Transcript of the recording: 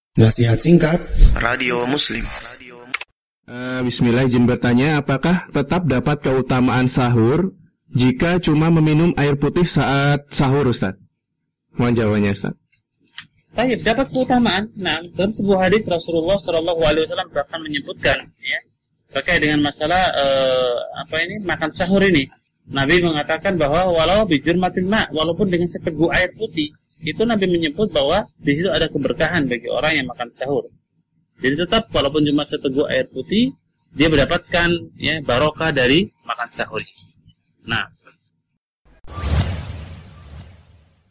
Nasihat singkat Radio Muslim. Bismillah, izin bertanya, apakah tetap dapat keutamaan sahur jika cuma meminum air putih saat sahur, Ustaz? Mohon jawabannya, Ustaz. Baik, dapat keutamaan. Nah, dalam sebuah hadis Rasulullah SAW bahkan menyebutkan, ya, terkait dengan masalah makan sahur ini. Nabi mengatakan bahwa walau bijurmatil ma, walaupun dengan seteguk air putih, itu Nabi menyebut bahwa di situ ada keberkahan bagi orang yang makan sahur. Jadi tetap walaupun cuma seteguk air putih, dia mendapatkan barokah dari makan sahur. Nah,